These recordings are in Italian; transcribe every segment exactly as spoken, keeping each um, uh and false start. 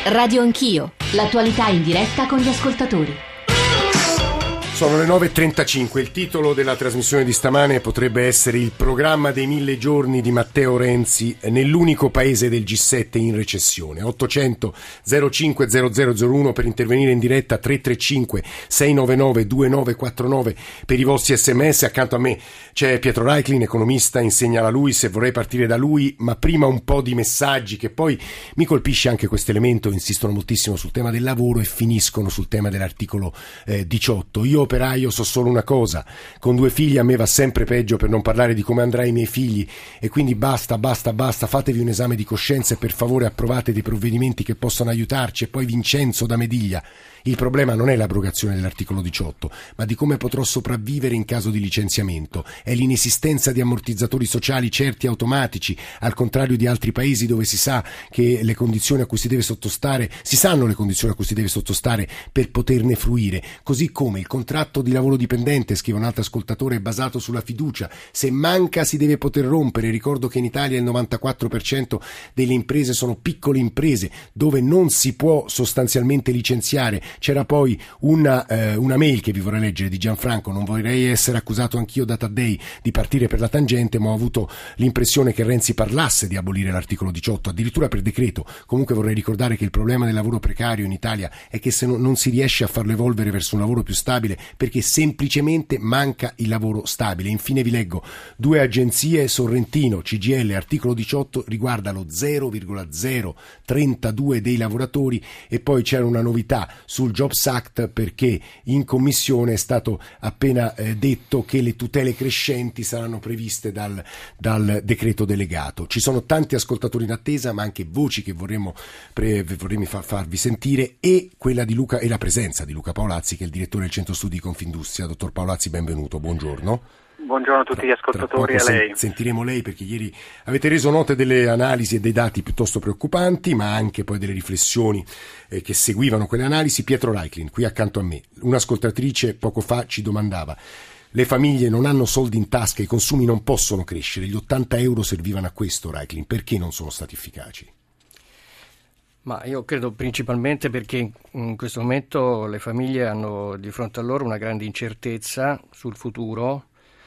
Radio Anch'io, l'attualità in diretta con gli ascoltatori. Sono le nove e trentacinque, il titolo della trasmissione di stamane potrebbe essere il programma dei mille giorni di Matteo Renzi nell'unico paese del G sette in recessione. ottocento zero cinque zero zero zero uno per intervenire in diretta, tre tre cinque sei nove nove due nove quattro nove per i vostri sms. Accanto a me c'è Pietro Reiklin, economista, insegna la LUISS, e vorrei partire da lui, ma prima un po' di messaggi che poi mi colpisce anche questo elemento. Insistono moltissimo sul tema del lavoro e finiscono sul tema dell'articolo eh, diciotto. Io operaio so solo una cosa: con due figli a me va sempre peggio, per non parlare di come andrà ai miei figli, e quindi basta, basta, basta, fatevi un esame di coscienza e per favore approvate dei provvedimenti che possano aiutarci. E poi Vincenzo da Mediglia: il problema non è l'abrogazione dell'articolo diciotto, ma di come potrò sopravvivere in caso di licenziamento. È l'inesistenza di ammortizzatori sociali certi e automatici, al contrario di altri paesi dove si sa che le condizioni a cui si deve sottostare, si sanno le condizioni a cui si deve sottostare per poterne fruire. Così come il contratto di lavoro dipendente, scrive un altro ascoltatore, è basato sulla fiducia. Se manca si deve poter rompere. Ricordo che in Italia il novantaquattro per cento delle imprese sono piccole imprese dove non si può sostanzialmente licenziare. C'era poi una, eh, una mail che vi vorrei leggere di Gianfranco: non vorrei essere accusato anch'io da Taddei di partire per la tangente, ma ho avuto l'impressione che Renzi parlasse di abolire l'articolo diciotto, addirittura per decreto. Comunque vorrei ricordare che il problema del lavoro precario in Italia è che se no, non si riesce a farlo evolvere verso un lavoro più stabile, perché semplicemente manca il lavoro stabile. Infine vi leggo due agenzie: Sorrentino, C G I L, articolo diciotto riguarda lo zero virgola zero trentadue dei lavoratori. E poi c'era una novità sul Jobs Act, perché in commissione è stato appena eh, detto che le tutele crescenti saranno previste dal, dal decreto delegato. Ci sono tanti ascoltatori in attesa, ma anche voci che vorremmo, pre, vorremmo far, farvi sentire, e quella di Luca, e la presenza di Luca Paolazzi, che è il direttore del Centro Studi di Confindustria. Dottor Paolazzi, benvenuto, buongiorno. Buongiorno a tutti gli ascoltatori e a lei. Sentiremo lei, perché ieri avete reso note delle analisi e dei dati piuttosto preoccupanti, ma anche poi delle riflessioni eh, che seguivano quelle analisi. Pietro Reiklin, qui accanto a me. Un'ascoltatrice poco fa ci domandava: le famiglie non hanno soldi in tasca, i consumi non possono crescere, gli ottanta euro servivano a questo, Reiklin, perché non sono stati efficaci? Ma io credo principalmente perché in questo momento le famiglie hanno di fronte a loro una grande incertezza sul futuro,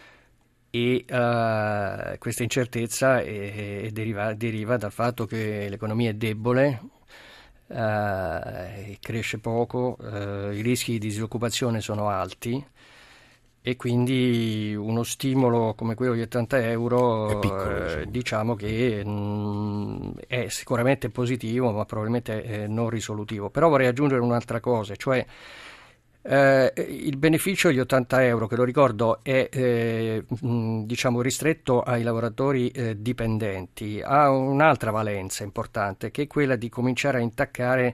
e uh, questa incertezza è, è deriva, deriva dal fatto che l'economia è debole, uh, cresce poco, uh, i rischi di disoccupazione sono alti, e quindi uno stimolo come quello di ottanta euro è piccolo, eh, diciamo. diciamo che mh, è sicuramente positivo, ma probabilmente è non risolutivo. Però vorrei aggiungere un'altra cosa, cioè eh, il beneficio degli ottanta euro, che lo ricordo è eh, mh, diciamo ristretto ai lavoratori eh, dipendenti, ha un'altra valenza importante, che è quella di cominciare a intaccare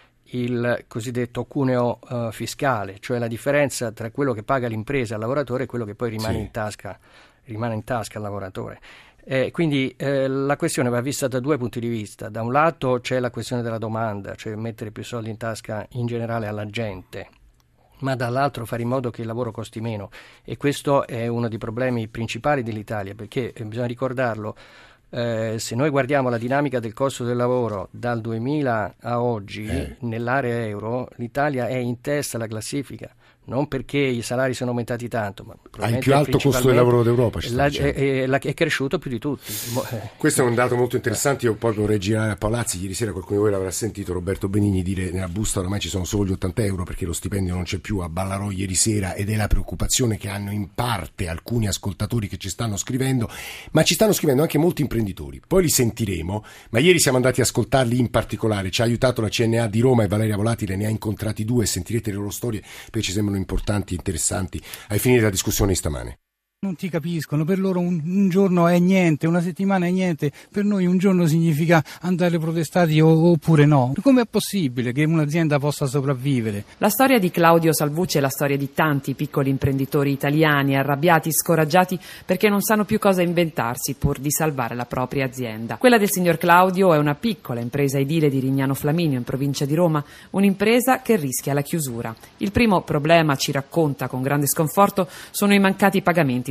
il cosiddetto cuneo uh, fiscale, cioè la differenza tra quello che paga l'impresa al lavoratore e quello che poi rimane, sì. in tasca, rimane in tasca al lavoratore. Eh, quindi eh, la questione va vista da due punti di vista. Da un lato c'è la questione della domanda, cioè mettere più soldi in tasca in generale alla gente, ma dall'altro fare in modo che il lavoro costi meno, e questo è uno dei problemi principali dell'Italia, perché eh, bisogna ricordarlo. Eh, se noi guardiamo la dinamica del costo del lavoro dal duemila a oggi, eh. nell'area euro l'Italia è in testa alla classifica, non perché i salari sono aumentati tanto, ma ha il più alto costo del lavoro d'Europa, ci la, è, è, è cresciuto più di tutti. Questo è un dato molto interessante. Io poi vorrei girare a Paolazzi. Ieri sera qualcuno di voi l'avrà sentito Roberto Benigni dire: nella busta ormai ci sono solo gli ottanta euro perché lo stipendio non c'è più, a Ballarò ieri sera, ed è la preoccupazione che hanno in parte alcuni ascoltatori che ci stanno scrivendo, ma ci stanno scrivendo anche molti imprenditori. Poi li sentiremo, ma ieri siamo andati a ascoltarli in particolare. Ci ha aiutato la C N A di Roma e Valeria Volatile ne ha incontrati due, sentirete le loro storie perché ci sembrano importanti e interessanti ai fini della discussione di stamane. Non ti capiscono, per loro un, un giorno è niente, una settimana è niente, per noi un giorno significa andare protestati o, oppure no. Come è possibile che un'azienda possa sopravvivere? La storia di Claudio Salvucci è la storia di tanti piccoli imprenditori italiani arrabbiati, scoraggiati perché non sanno più cosa inventarsi pur di salvare la propria azienda. Quella del signor Claudio è una piccola impresa edile di Rignano Flaminio in provincia di Roma, un'impresa che rischia la chiusura. Il primo problema, ci racconta con grande sconforto, sono i mancati pagamenti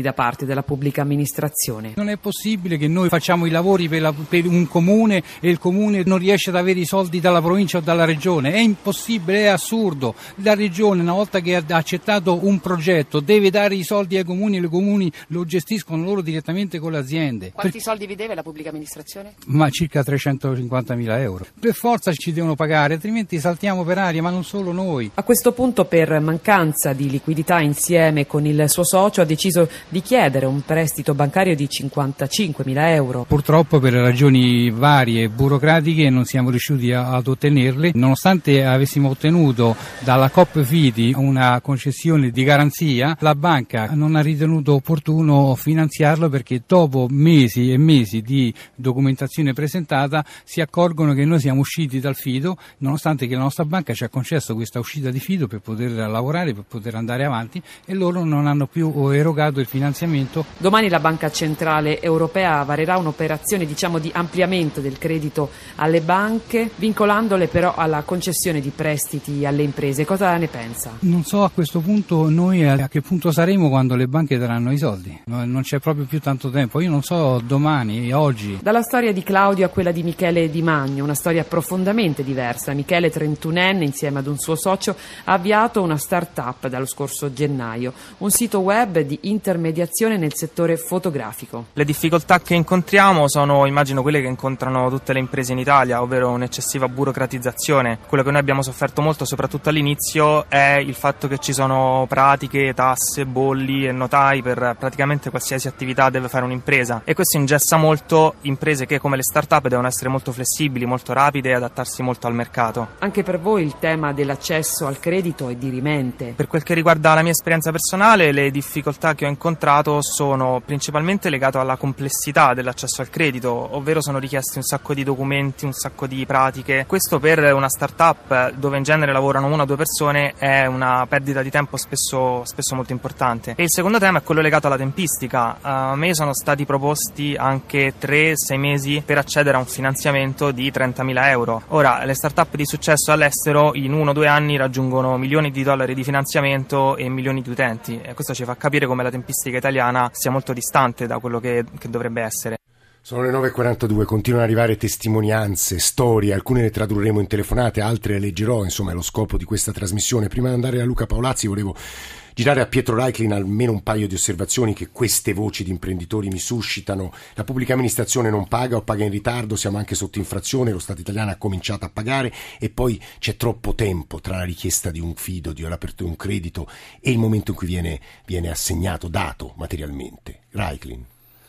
da parte della pubblica amministrazione. Non è possibile che noi facciamo i lavori per, la, per un comune e il comune non riesce ad avere i soldi dalla provincia o dalla regione. È impossibile, è assurdo. La regione, una volta che ha accettato un progetto, deve dare i soldi ai comuni e i comuni lo gestiscono loro direttamente con le aziende. Quanti per... soldi vi deve la pubblica amministrazione? Ma circa trecentocinquantamila euro. Per forza ci devono pagare, altrimenti saltiamo per aria, ma non solo noi. A questo punto, per mancanza di liquidità, insieme con il suo socio ha deciso di chiedere un prestito bancario di cinquantacinquemila euro. Purtroppo per ragioni varie e burocratiche non siamo riusciti a, ad ottenerle, nonostante avessimo ottenuto dalla Coop Fidi una concessione di garanzia. La banca non ha ritenuto opportuno finanziarlo perché dopo mesi e mesi di documentazione presentata si accorgono che noi siamo usciti dal fido, nonostante che la nostra banca ci ha concesso questa uscita di fido per poter lavorare, per poter andare avanti, e loro non hanno più erogato il finanziamento. Domani la Banca Centrale Europea varerà un'operazione, diciamo, di ampliamento del credito alle banche, vincolandole però alla concessione di prestiti alle imprese. Cosa ne pensa? Non so a questo punto noi a che punto saremo quando le banche daranno i soldi. Non c'è proprio più tanto tempo. Io non so domani, oggi. Dalla storia di Claudio a quella di Michele Di Magno, una storia profondamente diversa. Michele, trentunenne, insieme ad un suo socio, ha avviato una start-up dallo scorso gennaio, un sito web di intermediazione nel settore fotografico. Le difficoltà che incontriamo sono, immagino, quelle che incontrano tutte le imprese in Italia, ovvero un'eccessiva burocratizzazione. Quello che noi abbiamo sofferto molto, soprattutto all'inizio, è il fatto che ci sono pratiche, tasse, bolli e notai per praticamente qualsiasi attività deve fare un'impresa, e questo ingessa molto imprese che, come le start-up, devono essere molto flessibili, molto rapide e adattarsi molto al mercato. Anche per voi il tema dell'accesso al credito è dirimente. Per quel che riguarda la mia esperienza personale, le difficoltà che ho incontrato sono principalmente legate alla complessità dell'accesso al credito, ovvero sono richiesti un sacco di documenti, un sacco di pratiche. Questo per una start-up dove in genere lavorano una o due persone è una perdita di tempo spesso, spesso molto importante. E il secondo tema è quello legato alla tempistica. A me sono stati proposti anche tre sei mesi per accedere a un finanziamento di trentamila euro. Ora, le start-up di successo all'estero in uno o due anni raggiungono milioni di dollari di finanziamento e milioni di utenti, e questo ci fa capire come la tempistica italiana sia molto distante da quello che, che dovrebbe essere. Sono le nove e quarantadue, continuano ad arrivare testimonianze, storie, alcune le tradurremo in telefonate, altre le leggerò, insomma è lo scopo di questa trasmissione. Prima di andare a Luca Paolazzi volevo girare a Pietro Reiklin almeno un paio di osservazioni che queste voci di imprenditori mi suscitano. La pubblica amministrazione non paga o paga in ritardo, siamo anche sotto infrazione, lo Stato italiano ha cominciato a pagare e poi c'è troppo tempo tra la richiesta di un fido, di l'apertura di un credito e il momento in cui viene, viene assegnato, dato materialmente. Reiklin.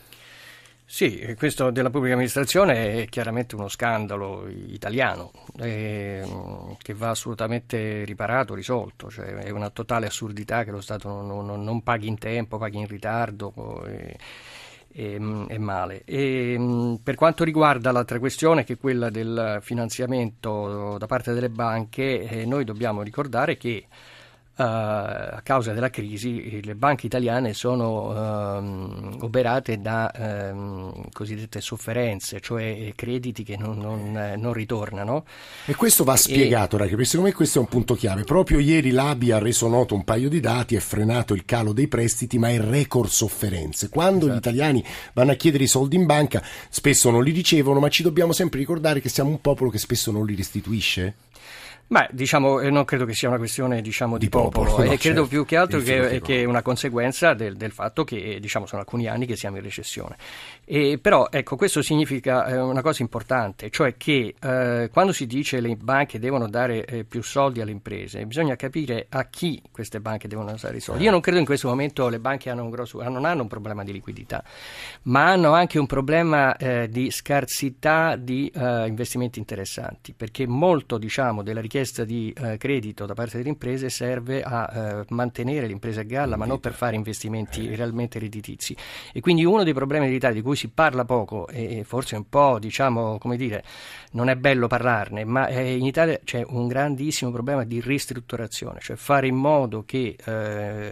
Sì, questo della pubblica amministrazione è chiaramente uno scandalo italiano eh, che va assolutamente riparato, risolto, cioè è una totale assurdità che lo Stato non, non, non paghi in tempo, paghi in ritardo e, e, e male. E, per quanto riguarda l'altra questione, che è quella del finanziamento da parte delle banche, eh, noi dobbiamo ricordare che Uh, a causa della crisi le banche italiane sono uh, oberate da uh, cosiddette sofferenze, cioè crediti che non, non, eh, non ritornano. E questo va spiegato, e... perché secondo me questo è un punto chiave. Proprio ieri l'A B I ha reso noto un paio di dati, è frenato il calo dei prestiti, ma è record sofferenze. Quando esatto. Gli italiani vanno a chiedere i soldi in banca spesso non li ricevono, ma ci dobbiamo sempre ricordare che siamo un popolo che spesso non li restituisce. Ma diciamo, non credo che sia una questione diciamo, di, di popolo, popolo no, e credo certo. Più che altro che, che è una conseguenza del, del fatto che diciamo, sono alcuni anni che siamo in recessione. E, però ecco, questo significa eh, una cosa importante, cioè che eh, quando si dice le banche devono dare eh, più soldi alle imprese, bisogna capire a chi queste banche devono usare i soldi. Io non credo in questo momento le banche hanno un grosso, non hanno un problema di liquidità, ma hanno anche un problema eh, di scarsità di eh, investimenti interessanti, perché molto diciamo della richiesta di eh, credito da parte delle imprese serve a eh, mantenere l'impresa a galla, ma non per fare investimenti realmente redditizi. E quindi uno dei problemi dell'Italia, di cui si parla poco e forse un po', diciamo, come dire, non è bello parlarne, ma eh, in Italia c'è un grandissimo problema di ristrutturazione, cioè fare in modo che eh,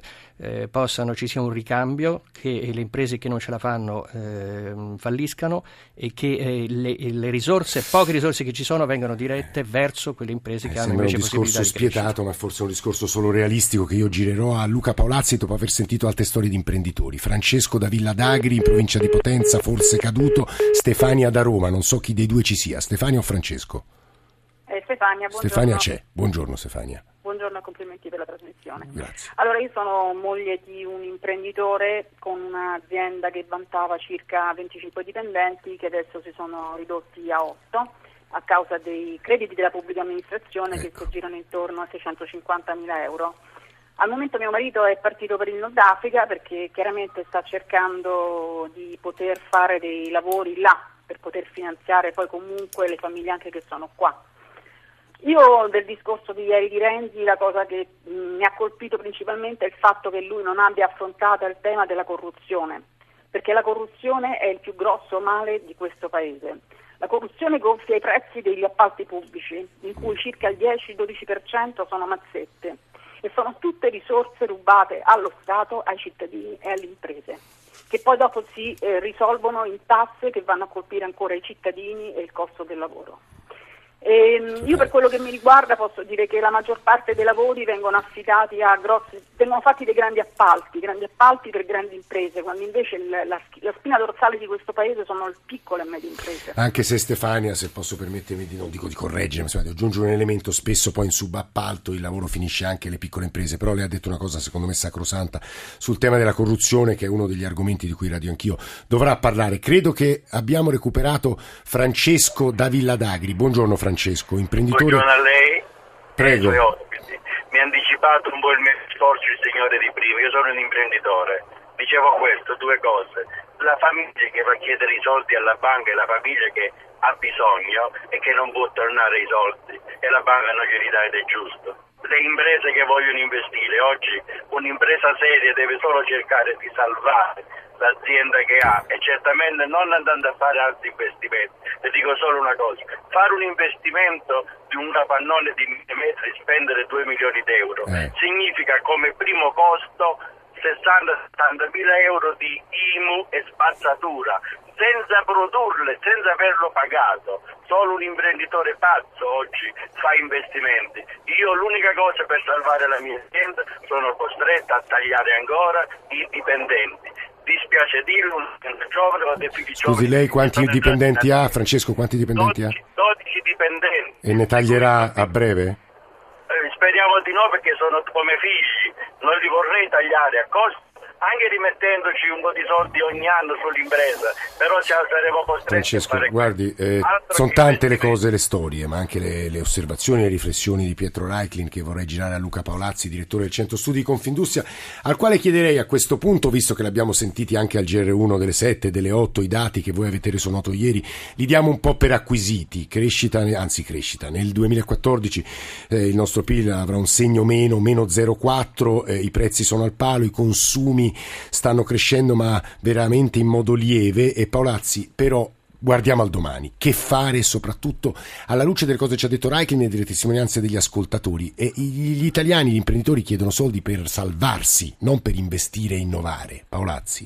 eh, possano ci sia un ricambio, che le imprese che non ce la fanno eh, falliscano e che eh, le, le risorse, poche risorse che ci sono, vengano dirette verso quelle imprese che eh, hanno invece possibilità di crescere. Sembra un discorso spietato, ma forse un discorso solo realistico che io girerò a Luca Paolazzi dopo aver sentito altre storie di imprenditori. Francesco da Villa d'Agri, in provincia di Potenza, forse caduto, Stefania da Roma, non so chi dei due ci sia, Stefania o Francesco? Eh, Stefania, buongiorno. Stefania c'è, buongiorno Stefania. Buongiorno e complimenti per la trasmissione. Grazie. Allora, io sono moglie di un imprenditore con un'azienda che vantava circa venticinque dipendenti, che adesso si sono ridotti a otto a causa dei crediti della pubblica amministrazione, ecco, che si girano intorno a seicentocinquantamila euro. Al momento mio marito è partito per il Nord Africa perché chiaramente sta cercando di poter fare dei lavori là per poter finanziare poi comunque le famiglie anche che sono qua. Io del discorso di ieri di Renzi, la cosa che mh, mi ha colpito principalmente è il fatto che lui non abbia affrontato il tema della corruzione, perché la corruzione è il più grosso male di questo paese. La corruzione gonfia i prezzi degli appalti pubblici, in cui circa il dieci dodici per cento sono mazzette, e sono tutte risorse rubate allo Stato, ai cittadini e alle imprese, che poi dopo si eh, risolvono in tasse che vanno a colpire ancora i cittadini e il costo del lavoro. E io per quello che mi riguarda posso dire che la maggior parte dei lavori vengono affidati a grossi, vengono fatti dei grandi appalti, grandi appalti per grandi imprese, quando invece il, la, la spina dorsale di questo paese sono le piccole e medie imprese. Anche se Stefania, se posso permettermi di non dico di correggere, ma di aggiungere un elemento, spesso poi in subappalto il lavoro finisce anche alle piccole imprese, però lei ha detto una cosa secondo me sacrosanta sul tema della corruzione, che è uno degli argomenti di cui Radio Anch'io dovrà parlare. Credo che abbiamo recuperato Francesco da Villa d'Agri. Buongiorno Francesco. Francesco, imprenditore. Buongiorno a lei. Prego. E ai suoi ospiti. Mi ha anticipato un po' il mio discorso il signore di prima. Io sono un imprenditore. Dicevo questo, due cose. La famiglia che va a chiedere i soldi alla banca è la famiglia che ha bisogno e che non può tornare i soldi e la banca non glieli dà ed è giusto. Le imprese che vogliono investire oggi, un'impresa seria deve solo cercare di salvare l'azienda che ha e certamente non andando a fare altri investimenti. Le dico solo una cosa, fare un investimento di un capannone di mille metri, spendere due milioni d'euro, eh. significa come primo costo sessanta settanta mila euro di I M U e spazzatura, senza produrle, senza averlo pagato. Solo un imprenditore pazzo oggi fa investimenti. Io l'unica cosa per salvare la mia azienda sono costretta a tagliare ancora i dipendenti. Dispiace dirlo, un giovane ho dei figli Scusi, lei quanti dipendenti ha, Francesco? Quanti dipendenti dodici, ha? dodici dipendenti. E ne taglierà a breve? Eh, speriamo di no, perché sono come figli, non li vorrei tagliare a costo, anche rimettendoci un po' di soldi ogni anno sull'impresa, però saremo costretti Francesco, a fare guardi, eh, sono tante le cose, le storie, ma anche le, le osservazioni e le riflessioni di Pietro Reiklin, che vorrei girare a Luca Paolazzi, direttore del Centro Studi di Confindustria, al quale chiederei a questo punto, visto che l'abbiamo sentiti anche al G R uno delle sette, delle otto, i dati che voi avete reso noto ieri, li diamo un po' per acquisiti. Crescita, anzi crescita, nel duemilaquattordici eh, il nostro P I L avrà un segno meno, meno zero virgola quattro, eh, i prezzi sono al palo, i consumi stanno crescendo ma veramente in modo lieve. E Paolazzi, però guardiamo al domani, che fare soprattutto alla luce delle cose che ci ha detto Reiklin e delle testimonianze degli ascoltatori. E gli italiani, gli imprenditori chiedono soldi per salvarsi, non per investire e innovare. Paolazzi.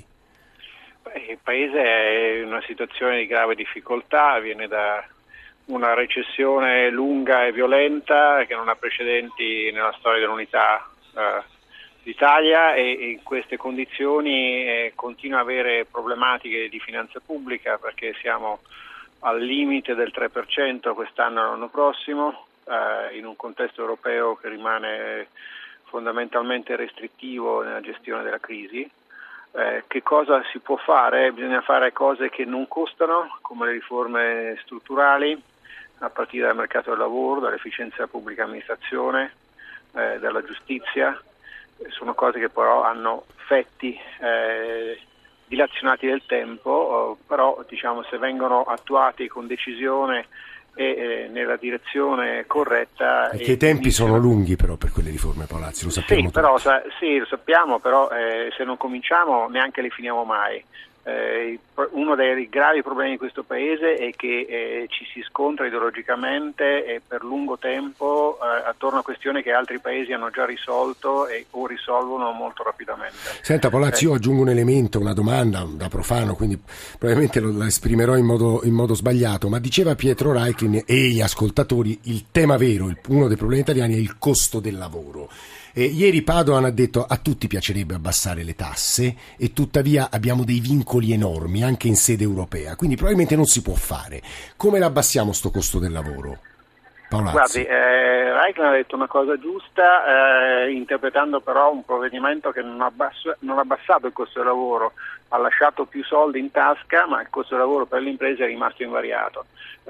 Beh, il paese è in una situazione di grave difficoltà, viene da una recessione lunga e violenta che non ha precedenti nella storia dell'unità eh, d'Italia, e in queste condizioni eh, continua a avere problematiche di finanza pubblica, perché siamo al limite del tre per cento quest'anno e l'anno prossimo, eh, in un contesto europeo che rimane fondamentalmente restrittivo nella gestione della crisi. Eh, che cosa si può fare? Bisogna fare cose che non costano, come le riforme strutturali, a partire dal mercato del lavoro, dall'efficienza della pubblica amministrazione, eh, dalla giustizia. Sono cose che però hanno effetti eh, dilazionati nel tempo, però diciamo se vengono attuati con decisione e eh, nella direzione corretta. E che i tempi iniziano... sono lunghi però per quelle riforme, Paolazzi, lo sappiamo sì, tutti. Però, sa, sì, lo sappiamo, però eh, se non cominciamo neanche le finiamo mai. Eh, uno dei gravi problemi di questo paese è che eh, ci si scontra ideologicamente e per lungo tempo eh, attorno a questioni che altri paesi hanno già risolto e o risolvono molto rapidamente. Senta Paolazzi, eh. io aggiungo un elemento, una domanda da profano, quindi probabilmente lo, la esprimerò in modo, in modo sbagliato, ma diceva Pietro Raiklin e gli ascoltatori, il tema vero, il, uno dei problemi italiani è il costo del lavoro. Eh, ieri Padoan ha detto a tutti piacerebbe abbassare le tasse e tuttavia abbiamo dei vincoli enormi anche in sede europea, quindi probabilmente non si può fare. Come l'abbassiamo sto costo del lavoro? Paolazzi. Guardi, eh, Raiklin ha detto una cosa giusta, eh, interpretando però un provvedimento che non ha, abbass- non ha abbassato il costo del lavoro, ha lasciato più soldi in tasca, ma il costo del lavoro per le imprese è rimasto invariato.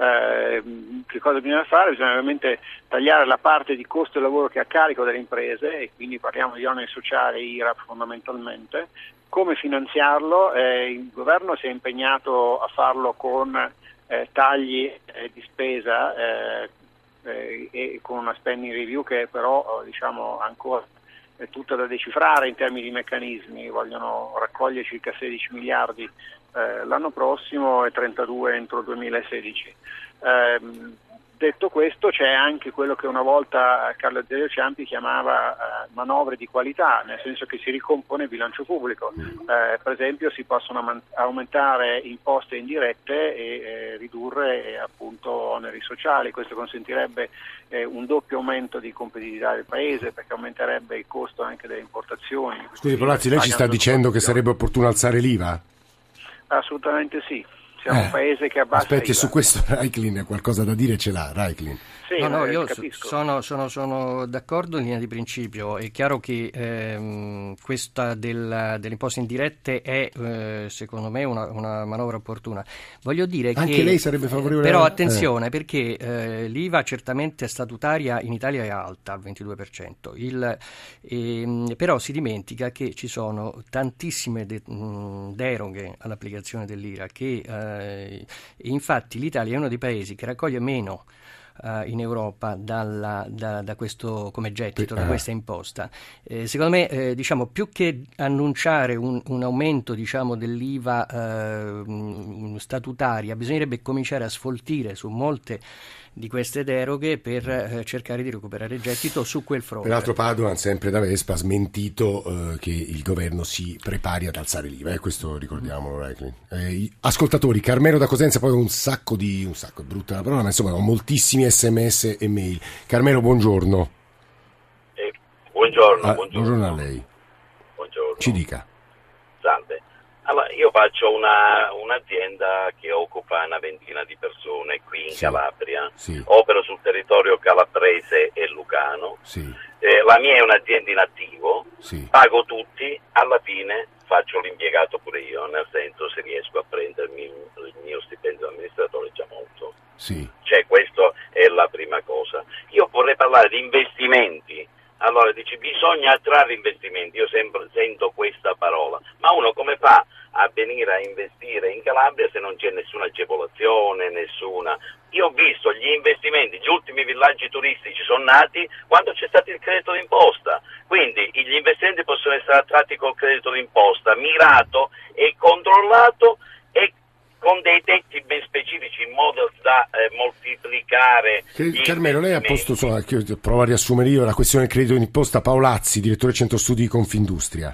Eh, che cosa bisogna fare? Bisogna ovviamente tagliare la parte di costo del lavoro che è a carico delle imprese, e quindi parliamo di oneri sociali, I R A P fondamentalmente. Come finanziarlo? Eh, il governo si è impegnato a farlo con eh, tagli eh, di spesa eh, eh, e con una spending review che però diciamo ancora è tutta da decifrare in termini di meccanismi. Vogliono raccogliere circa sedici miliardi eh, l'anno prossimo e trentadue entro il duemilasedici. Eh, detto questo, c'è anche quello che una volta Carlo Azeglio Ciampi chiamava eh, manovre di qualità, nel senso che si ricompone il bilancio pubblico. Eh, per esempio si possono man- aumentare imposte indirette e eh, ridurre eh, appunto oneri sociali. Questo consentirebbe eh, un doppio aumento di competitività del paese, perché aumenterebbe il costo anche delle importazioni. Scusi Paolazzi, lei ci sta dicendo che sarebbe opportuno alzare l'I V A? Assolutamente sì. Siamo eh, un paese che abbassa aspetti, I V A. Su questo Raiklin qualcosa da dire ce l'ha, Raiklin? Sì, no, no, eh, io capisco. sono, sono, sono d'accordo in linea di principio. È chiaro che ehm, questa del, delle imposte indirette è eh, secondo me una, una manovra opportuna. Voglio dire anche che lei sarebbe favorevole? Però a... attenzione, eh. perché eh, l'I V A certamente statutaria in Italia è alta, al ventidue per cento. Il, ehm, però si dimentica che ci sono tantissime de, mh, deroghe all'applicazione dell'I R A, che eh, infatti l'Italia è uno dei paesi che raccoglie meno Uh, in Europa dalla, da, da questo come gettito, da questa imposta. Eh, secondo me, eh, diciamo, più che annunciare un, un aumento, diciamo, dell'I V A eh, statutaria, bisognerebbe cominciare a sfoltire su molte di queste deroghe per eh, cercare di recuperare gettito su quel fronte. Peraltro Padoan, sempre da Vespa, ha smentito eh, che il governo si prepari ad alzare l'I V A, eh, questo ricordiamolo, Raiklin. Eh, ascoltatori, Carmelo da Cosenza, poi un sacco di, un sacco, è brutta la parola, ma insomma ho moltissimi sms e mail. Carmelo, buongiorno. Eh, buongiorno, ah, buongiorno. Buongiorno a lei. Buongiorno. Ci dica. Salve. Allora, io faccio una, un'azienda che occupa una ventina di persone qui in sì. Calabria, sì. opero sul territorio calabrese e lucano. Sì. Eh, la mia è un'azienda in attivo, sì. pago tutti, alla fine faccio l'impiegato pure io, nel senso se riesco a prendermi il mio stipendio di amministratore già molto. Sì. Cioè, questa è la prima cosa. Io vorrei parlare di investimenti. Allora, dici, bisogna attrarre investimenti, io sempre sento questa parola, ma uno come fa a venire a investire in Calabria se non c'è nessuna agevolazione, nessuna... Io ho visto gli investimenti, gli ultimi villaggi turistici sono nati quando c'è stato il credito d'imposta, quindi gli investimenti possono essere attratti col credito d'imposta, mirato e controllato e con dei tetti ben specifici in modo da eh, moltiplicare. Carmelo, lei ha posto, insomma, provo a riassumere io la questione del credito d'imposta. Paolazzi, direttore centro studi di Confindustria.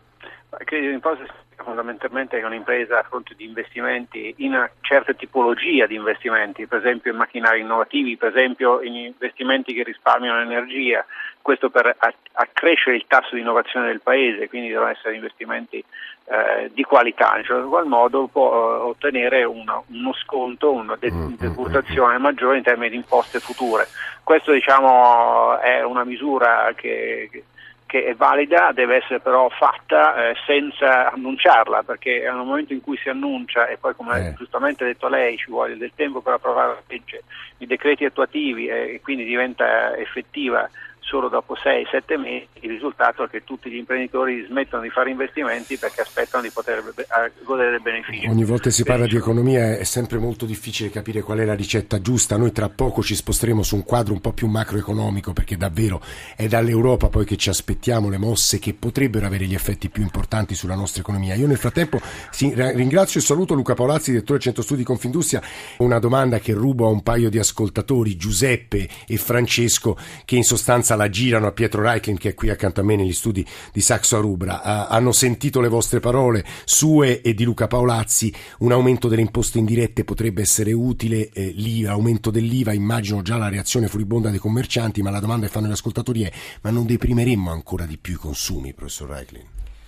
Il credito d'imposta fondamentalmente è un'impresa a fronte di investimenti in una certa tipologia di investimenti, per esempio in macchinari innovativi, per esempio in investimenti che risparmiano energia, questo per accrescere il tasso di innovazione del paese, quindi devono essere investimenti eh, di qualità, in certo qual modo può uh, ottenere uno, uno sconto, una decurtazione maggiore in termini di imposte future. Questo diciamo è una misura che, che che è valida, deve essere però fatta eh, senza annunciarla, perché nel momento in cui si annuncia e poi, come eh. giustamente ha detto lei, ci vuole del tempo per approvare la legge, i decreti attuativi e quindi diventa effettiva solo dopo sei sette mesi. Il risultato è che tutti gli imprenditori smettono di fare investimenti perché aspettano di poter godere del beneficio. Ogni volta che si parla di economia è sempre molto difficile capire qual è la ricetta giusta. Noi tra poco ci sposteremo su un quadro un po' più macroeconomico, perché davvero è dall'Europa poi che ci aspettiamo le mosse che potrebbero avere gli effetti più importanti sulla nostra economia. Io nel frattempo ringrazio e saluto Luca Paolazzi, direttore del Centro Studi Confindustria. Una domanda che rubo a un paio di ascoltatori, Giuseppe e Francesco, che in sostanza la girano a Pietro Reiklin, che è qui accanto a me negli studi di Saxo Arubra. Uh, hanno sentito le vostre parole, sue e di Luca Paolazzi. Un aumento delle imposte indirette potrebbe essere utile, eh, l'I V A, aumento dell'I V A, immagino già la reazione furibonda dei commercianti, ma la domanda che fanno gli ascoltatori è: ma non deprimeremmo ancora di più i consumi, professor Reiklin?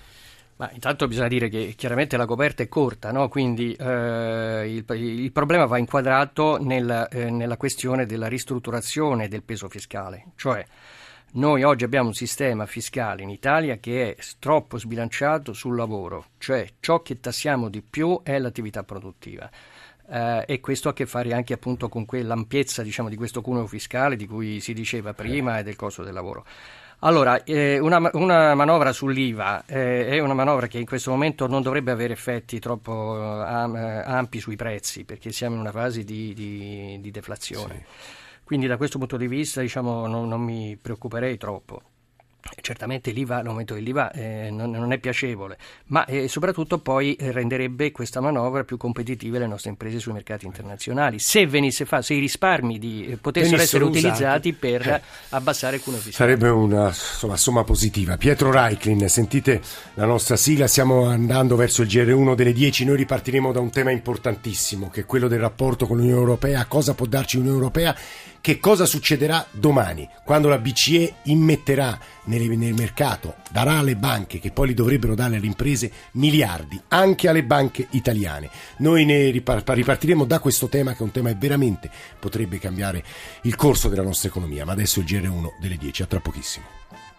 Ma intanto bisogna dire che chiaramente la coperta è corta, no? Quindi eh, il, il problema va inquadrato nel, eh, nella questione della ristrutturazione del peso fiscale, cioè noi oggi abbiamo un sistema fiscale in Italia che è troppo sbilanciato sul lavoro, cioè ciò che tassiamo di più è l'attività produttiva. Uh, e questo ha a che fare anche appunto con quell'ampiezza, diciamo, di questo cuneo fiscale di cui si diceva prima e del costo del lavoro. Allora, eh, una, una manovra sull'I V A eh, è una manovra che in questo momento non dovrebbe avere effetti troppo am, ampi sui prezzi, perché siamo in una fase di, di, di deflazione. Sì. Quindi da questo punto di vista, diciamo, non, non mi preoccuperei troppo. Certamente l'I V A, l'aumento dell'I V A eh, non, non è piacevole, ma eh, soprattutto poi eh, renderebbe questa manovra più competitive le nostre imprese sui mercati internazionali, se venisse fa, se i risparmi di, eh, potessero essere usati, utilizzati per eh. abbassare il cuneo fiscale. Sarebbe una insomma, somma positiva. Pietro Reiklin, sentite la nostra sigla, stiamo andando verso il G R uno delle dieci. Noi ripartiremo da un tema importantissimo, che è quello del rapporto con l'Unione Europea. Cosa può darci l'Unione Europea? Che cosa succederà domani, quando la B C E immetterà nel, nel mercato, darà alle banche, che poi li dovrebbero dare alle imprese, miliardi, anche alle banche italiane. Noi ne ripartiremo da questo tema, che è un tema che veramente potrebbe cambiare il corso della nostra economia. Ma adesso il G R uno delle dieci, a tra pochissimo.